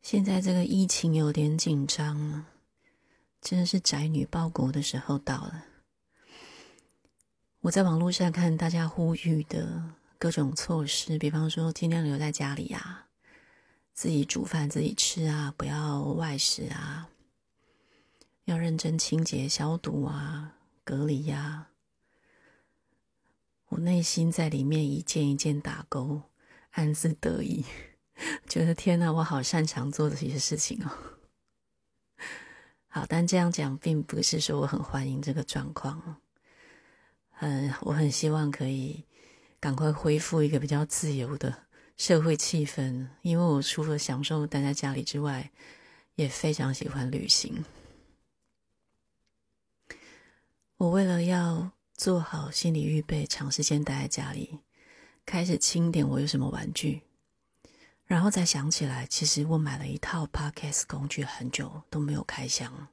现在这个疫情有点紧张了，真的是宅女报国的时候到了。我在网络上看大家呼吁的各种措施，比方说尽量留在家里啊，自己煮饭自己吃啊，不要外食啊，要认真清洁消毒啊，隔离啊。我内心在里面一件一件打勾，暗自得意，觉得天哪，我好擅长做这些事情哦。好，但这样讲并不是说我很欢迎这个状况。我很希望可以赶快恢复一个比较自由的社会气氛，因为我除了享受待在家里之外，也非常喜欢旅行。我为了要做好心理预备，长时间待在家里，开始清点我有什么玩具，然后才想起来，其实我买了一套 Podcast 工具，很久都没有开箱。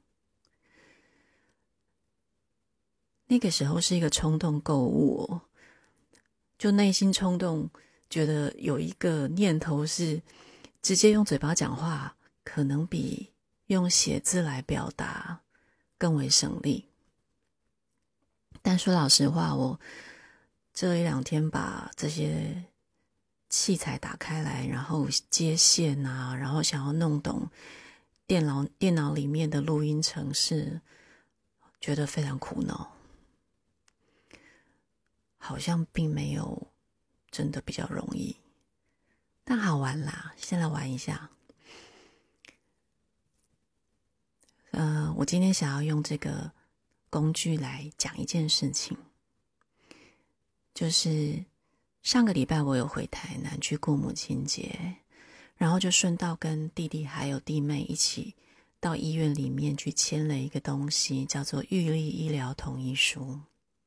那个时候是一个冲动购物哦，就内心冲动，觉得有一个念头是直接用嘴巴讲话，可能比用写字来表达更为省力。但说老实话，我这一两天把这些器材打开来，然后接线啊，然后想要弄懂电脑里面的录音程式，觉得非常苦恼。好像并没有真的比较容易，但好玩啦，先来玩一下。我今天想要用这个工具来讲一件事情，就是上个礼拜我有回台南去过母亲节，然后就顺道跟弟弟还有弟妹一起到医院里面去签了一个东西，叫做预立医疗同意书。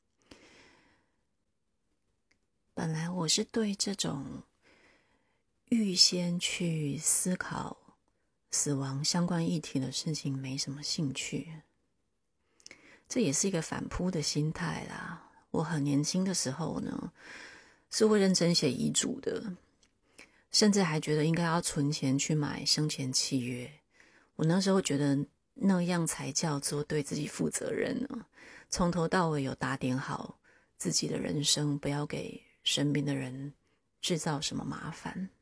本来我是对这种预先去思考死亡相关议题的事情没什么兴趣，这也是一个反扑的心态啦。我很年轻的时候呢，是会认真写遗嘱的，甚至还觉得应该要存钱去买生前契约。我那时候觉得那样才叫做对自己负责任呢，从头到尾有打点好自己的人生，不要给身边的人制造什么麻烦。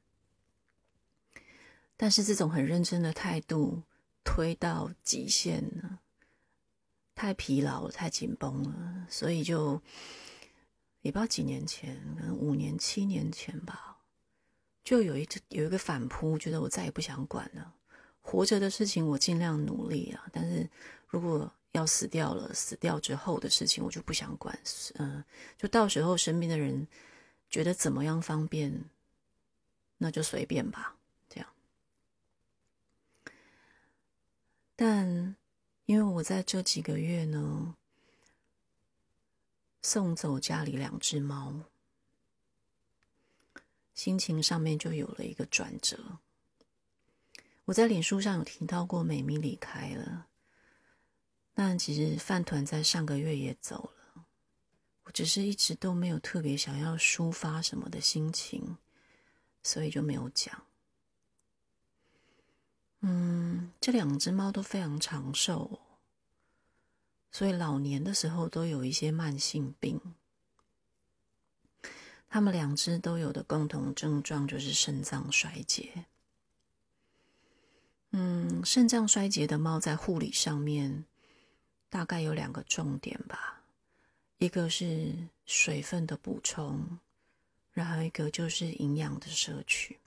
但是这种很认真的态度推到极限了，太疲劳了，太紧绷了，所以就也不知道几年前，可能5年7年前吧，就有一个反扑，觉得我再也不想管了。活着的事情我尽量努力啊，但是如果要死掉了，死掉之后的事情我就不想管。就到时候身边的人觉得怎么样方便，那就随便吧，这样。但因为我在这几个月呢，送走家里2只猫，心情上面就有了一个转折。我在脸书上有提到过美咪离开了，但其实饭团在上个月也走了，我只是一直都没有特别想要抒发什么的心情，所以就没有讲。这2只猫都非常长寿哦，所以老年的时候都有一些慢性病。它们2只都有的共同症状就是肾脏衰竭。肾脏衰竭的猫在护理上面大概有2个重点吧，一个是水分的补充，然后一个就是营养的摄取。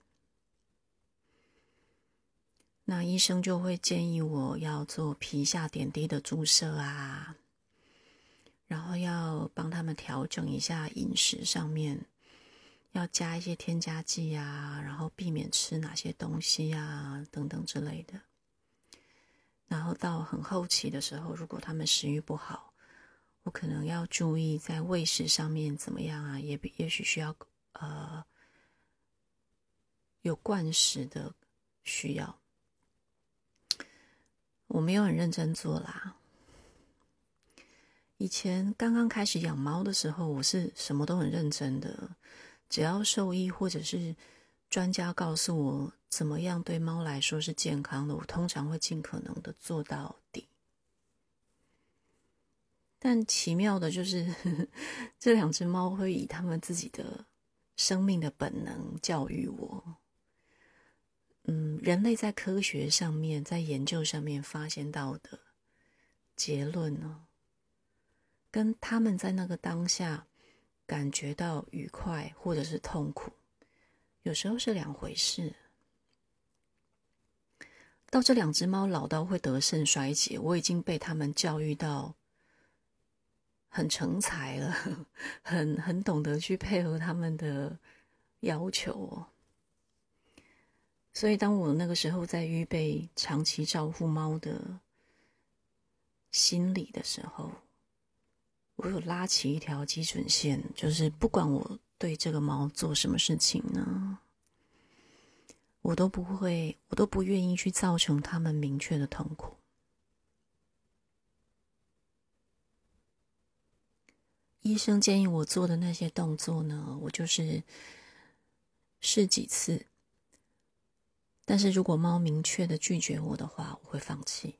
那医生就会建议我要做皮下点滴的注射啊，然后要帮他们调整一下饮食上面，要加一些添加剂啊，然后避免吃哪些东西啊等等之类的。然后到很后期的时候，如果他们食欲不好，我可能要注意在喂食上面怎么样啊，也许需要有灌食的需要。我没有很认真做啦。以前刚刚开始养猫的时候，我是什么都很认真的，只要兽医或者是专家告诉我怎么样对猫来说是健康的，我通常会尽可能的做到底。但奇妙的就是这两只猫会以它们自己的生命的本能教育我。人类在科学上面，在研究上面发现到的结论呢，跟他们在那个当下感觉到愉快或者是痛苦，有时候是两回事。到这两只猫老到会得肾衰竭，我已经被他们教育到很成才了，很懂得去配合他们的要求哦。所以当我那个时候在预备长期照顾猫的心理的时候，我有拉起一条基准线，就是不管我对这个猫做什么事情呢，我都不愿意去造成他们明确的痛苦。医生建议我做的那些动作呢，我就是试几次，但是如果猫明确的拒绝我的话，我会放弃。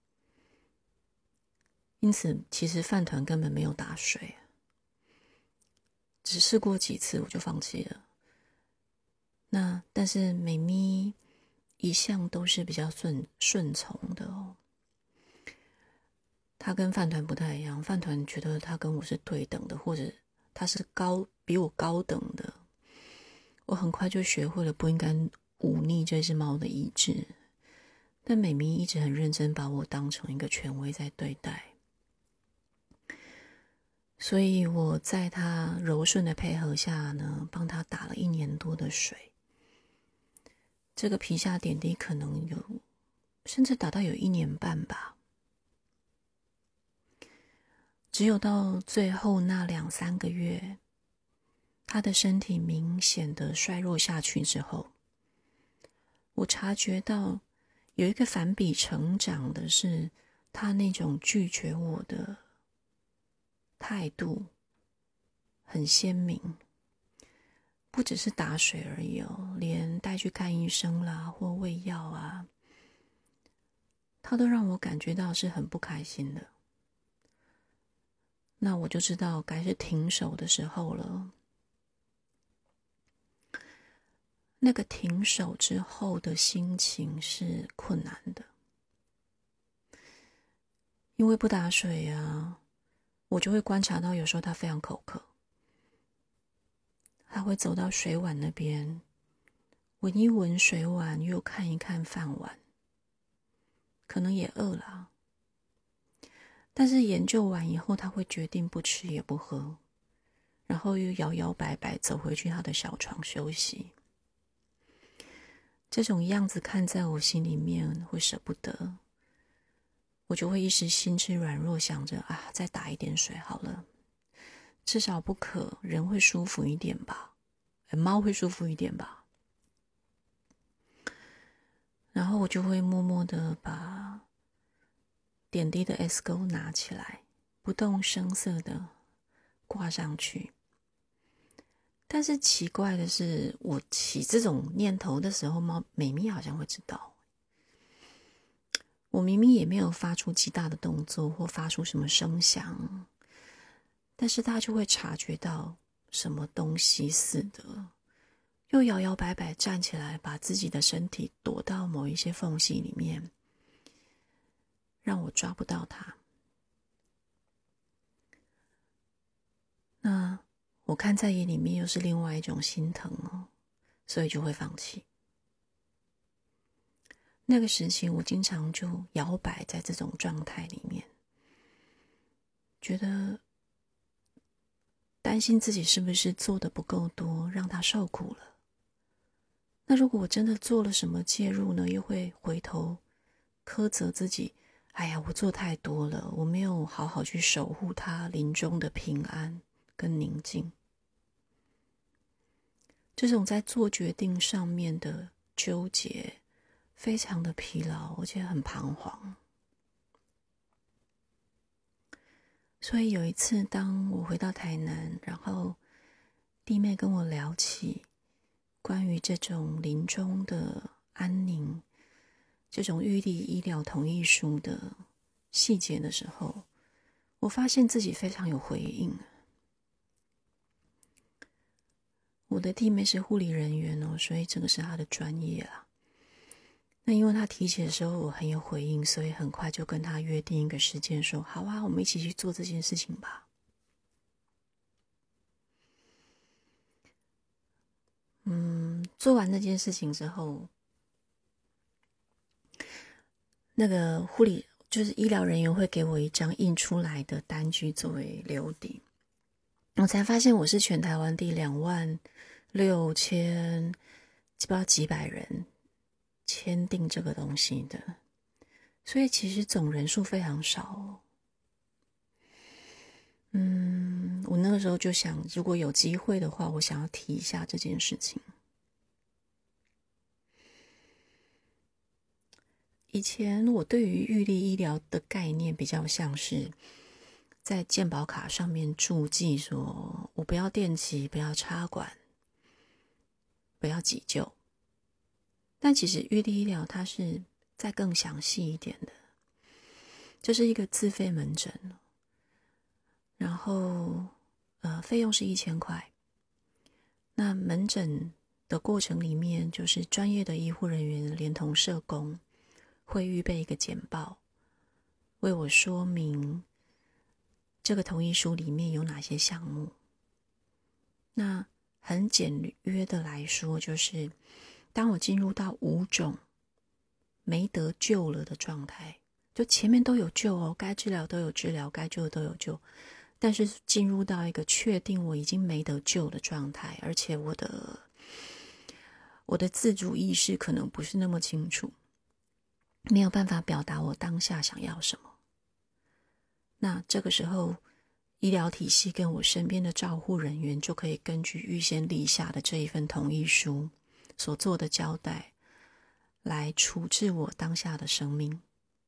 因此其实饭团根本没有打水，只试过几次我就放弃了。但是美咪一向都是比较顺从的哦。他跟饭团不太一样，饭团觉得他跟我是对等的，或者他是比我高等的。我很快就学会了不应该忤逆这只猫的意志，但美咪一直很认真把我当成一个权威在对待。所以我在他柔顺的配合下呢，帮他打了1年多的水。这个皮下点滴可能甚至打到有1年半吧。只有到最后那2-3个月，他的身体明显的衰弱下去之后，我察觉到有一个反比成长的是他那种拒绝我的态度很鲜明，不只是打水而已哦，连带去看医生啦或喂药啊，他都让我感觉到是很不开心的。那我就知道该是停手的时候了。那个停手之后的心情是困难的，因为不打水啊，我就会观察到有时候他非常口渴，他会走到水碗那边，闻一闻水碗，又看一看饭碗，可能也饿了，但是研究完以后，他会决定不吃也不喝，然后又摇摇摆摆走回去他的小床休息。这种样子看在我心里面会舍不得，我就会一时心智软弱，想着再打一点水好了，至少不渴，人会舒服一点吧，猫会舒服一点吧。然后我就会默默的把点滴的 S 钩拿起来，不动声色的挂上去。但是奇怪的是，我起这种念头的时候，美咪好像会知道。我明明也没有发出极大的动作或发出什么声响，但是他就会察觉到什么东西似的，又摇摇摆摆站起来，把自己的身体躲到某一些缝隙里面，让我抓不到他。那我看在眼里面又是另外一种心疼哦，所以就会放弃。那个时期我经常就摇摆在这种状态里面，觉得担心自己是不是做得不够多，让他受苦了。那如果我真的做了什么介入呢，又会回头苛责自己，我做太多了，我没有好好去守护他临终的平安跟宁静。这种在做决定上面的纠结非常的疲劳，而且很彷徨。所以有一次当我回到台南，然后弟妹跟我聊起关于这种临终的安宁，这种预立医疗同意书的细节的时候，我发现自己非常有回应。我的弟妹是护理人员哦，所以这个是她的专业啦。那因为她提起的时候我很有回应，所以很快就跟她约定一个时间说，好啊，我们一起去做这件事情吧。做完那件事情之后，那个护理就是医疗人员会给我一张印出来的单据作为留底，我才发现我是全台湾第26000不知道几百人签订这个东西的，所以其实总人数非常少哦。我那个时候就想，如果有机会的话，我想要提一下这件事情。以前我对于预立医疗的概念比较像是在健保卡上面注记说，我不要电击，不要插管，不要急救。但其实预立医疗它是再更详细一点的，这是一个自费门诊，然后费用是1000块。那门诊的过程里面，就是专业的医护人员连同社工会预备一个简报，为我说明这个同意书里面有哪些项目。那很简约的来说，就是当我进入到5种没得救了的状态，就前面都有救哦，该治疗都有治疗，该救都有救，但是进入到一个确定我已经没得救的状态，而且我的自主意识可能不是那么清楚，没有办法表达我当下想要什么。那这个时候医疗体系跟我身边的照护人员就可以根据预先立下的这一份同意书所做的交代来处置我当下的生命。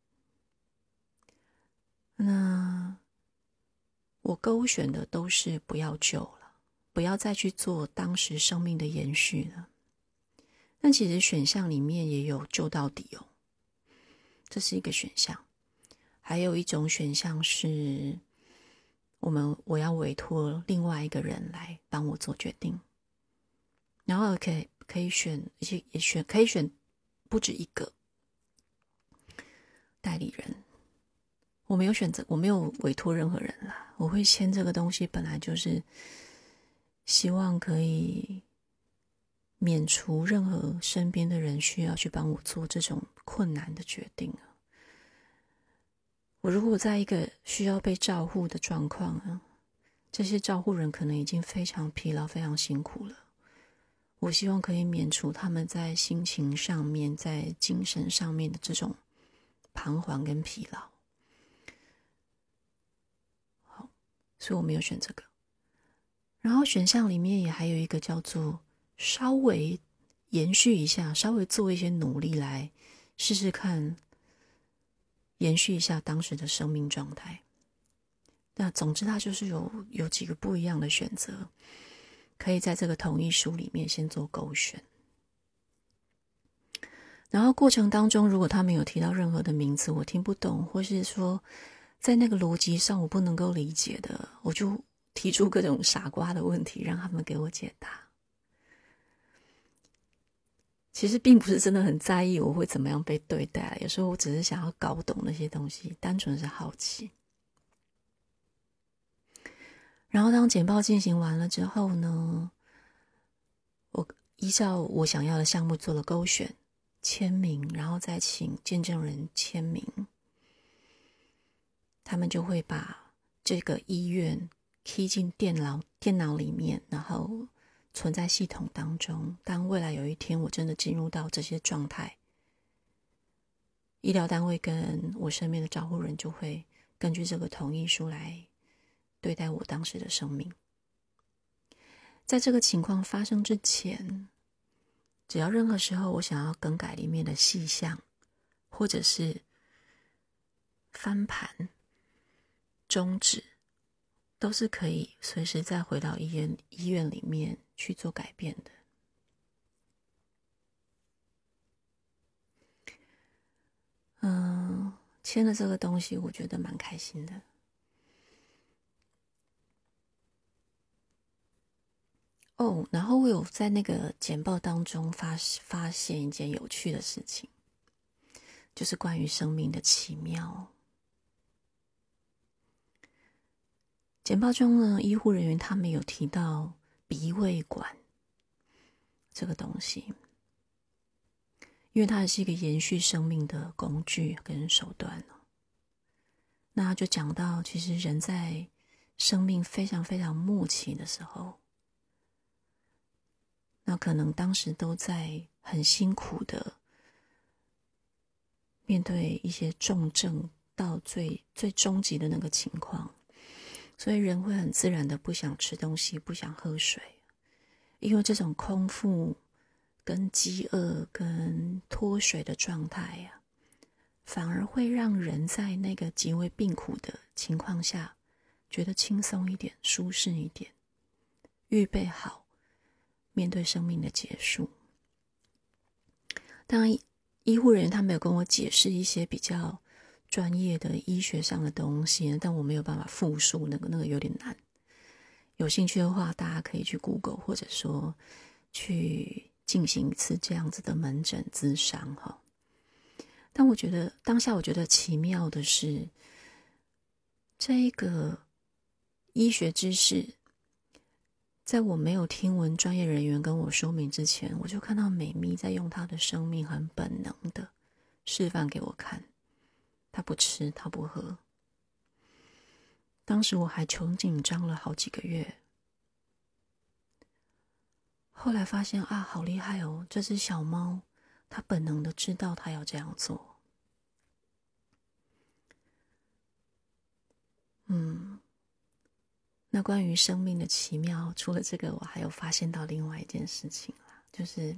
那我勾选的都是不要救了，不要再去做当时生命的延续了。但其实选项里面也有救到底哦，这是一个选项。还有一种选项是我要委托另外一个人来帮我做决定，然后可以选可以选不止一个代理人。我没有选择，我没有委托任何人啦。我会签这个东西，本来就是希望可以免除任何身边的人需要去帮我做这种困难的决定啊。我如果在一个需要被照护的状况啊，这些照护人可能已经非常疲劳，非常辛苦了。我希望可以免除他们在心情上面，在精神上面的这种彷徨跟疲劳。好，所以我没有选这个。然后选项里面也还有一个叫做稍微延续一下，稍微做一些努力来试试看延续一下当时的生命状态。那总之它就是有几个不一样的选择，可以在这个同意书里面先做勾选。然后过程当中，如果他们有提到任何的名词我听不懂，或是说在那个逻辑上我不能够理解的，我就提出各种傻瓜的问题让他们给我解答。其实并不是真的很在意我会怎么样被对待，有时候我只是想要搞懂那些东西，单纯是好奇。然后当简报进行完了之后呢，我依照我想要的项目做了勾选、签名，然后再请见证人签名。他们就会把这个医院 key 进电脑里面，然后存在系统当中。当未来有一天我真的进入到这些状态，医疗单位跟我身边的照护人就会根据这个同意书来对待我当时的生命。在这个情况发生之前，只要任何时候我想要更改里面的细项，或者是翻盘、终止，都是可以随时再回到医院里面去做改变的。 签了这个东西，我觉得蛮开心的。哦，然后我有在那个简报当中发现一件有趣的事情，就是关于生命的奇妙。简报中呢，医护人员他们有提到鼻胃管这个东西，因为它是一个延续生命的工具跟手段。那他就讲到，其实人在生命非常非常末期的时候，那可能当时都在很辛苦的面对一些重症到最终极的那个情况，所以人会很自然的不想吃东西，不想喝水，因为这种空腹跟饥饿跟脱水的状态呀，反而会让人在那个极为病苦的情况下觉得轻松一点，舒适一点，预备好面对生命的结束。当然医护人员他没有跟我解释一些比较专业的医学上的东西，但我没有办法复述，那个有点难。有兴趣的话，大家可以去 Google 或者说去进行一次这样子的门诊咨商。但我觉得当下我觉得奇妙的是，这个医学知识在我没有听闻专业人员跟我说明之前，我就看到美咪在用她的生命很本能的示范给我看。她不吃，她不喝。当时我还穷紧张了好几个月，后来发现啊，好厉害哦！这只小猫，它本能的知道它要这样做。那关于生命的奇妙，除了这个，我还有发现到另外一件事情啦，就是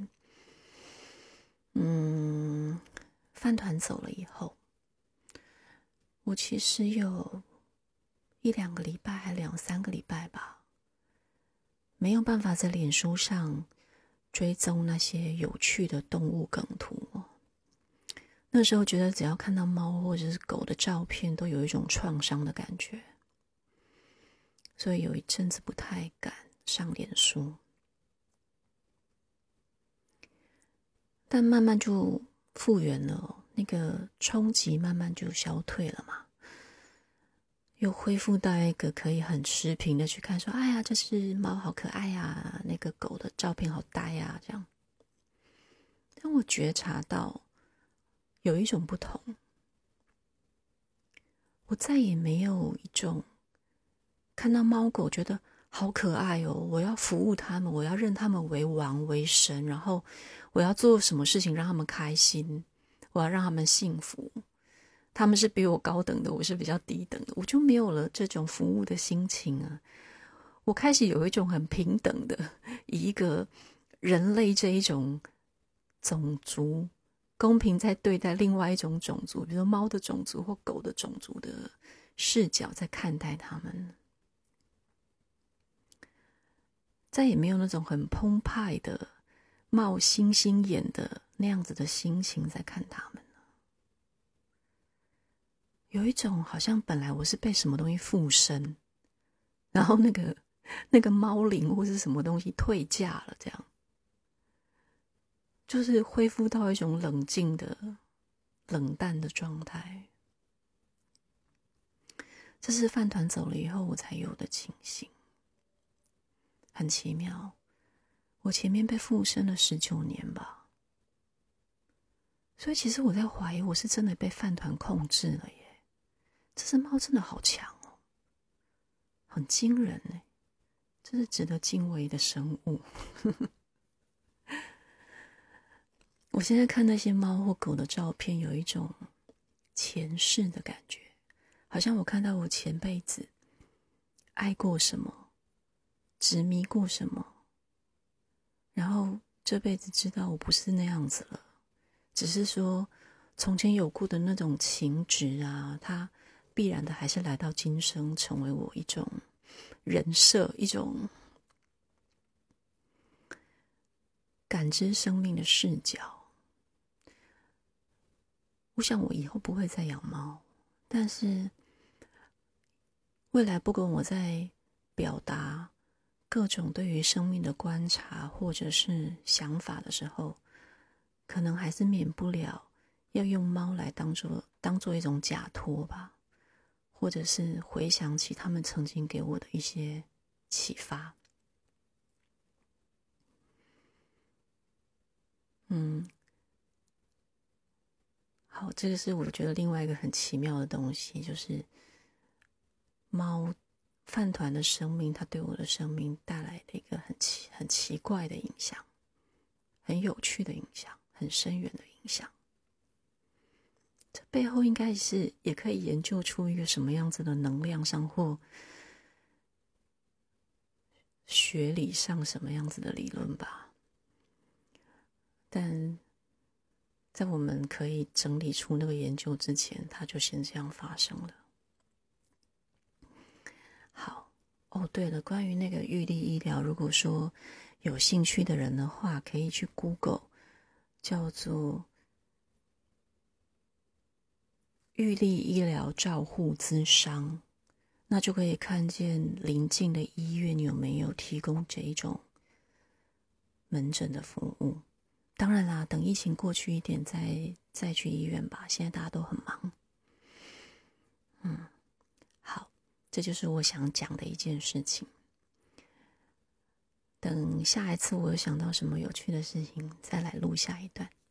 饭团走了以后，我其实有1-2个礼拜，还2-3个礼拜吧，没有办法在脸书上追踪那些有趣的动物梗图。那时候觉得只要看到猫或者是狗的照片，都有一种创伤的感觉，所以有一阵子不太敢上脸书。但慢慢就复原了，那个冲击慢慢就消退了嘛，又恢复到一个可以很持平的去看说，哎呀，这只猫好可爱啊，那个狗的照片好呆啊，这样。但我觉察到有一种不同，我再也没有一种看到猫狗觉得好可爱哦，我要服务他们，我要认他们为王为神，然后我要做什么事情让他们开心，我要让他们幸福。他们是比我高等的，我是比较低等的，我就没有了这种服务的心情啊。我开始有一种很平等的，以一个人类这一种种族公平在对待另外一种种族，比如说猫的种族或狗的种族的视角在看待他们，再也没有那种很澎湃的冒星星眼的那样子的心情在看他们。有一种好像本来我是被什么东西附身，然后那个猫灵或是什么东西退驾了，这样就是恢复到一种冷静的冷淡的状态。这是饭团走了以后我才有的情形，很奇妙。我前面被附身了19年吧，所以其实我在怀疑我是真的被饭团控制了耶。这只猫真的好强哦，很惊人耶，这是值得敬畏的生物。我现在看那些猫或狗的照片，有一种前世的感觉，好像我看到我前辈子爱过什么，执迷过什么，然后这辈子知道我不是那样子了，只是说从前有过的那种情执啊，它必然的还是来到今生，成为我一种人设，一种感知生命的视角。我想我以后不会再养猫， 但是未来不管我在表达各种对于生命的观察或者是想法的时候，可能还是免不了要用猫来当做一种假托吧，或者是回想起他们曾经给我的一些启发。好，这个是我觉得另外一个很奇妙的东西，就是猫饭团的生命，它对我的生命带来的一个很奇怪的影响，很有趣的影响，很深远的影响。这背后应该是也可以研究出一个什么样子的能量上或学理上什么样子的理论吧。但在我们可以整理出那个研究之前，它就先这样发生了。好，哦，对了，关于那个预立医疗，如果说有兴趣的人的话，可以去 Google， 叫做预立医疗照护咨商，那就可以看见邻近的医院有没有提供这一种门诊的服务。当然啦，等疫情过去一点再去医院吧，现在大家都很忙。好，这就是我想讲的一件事情。等下一次我有想到什么有趣的事情，再来录下一段。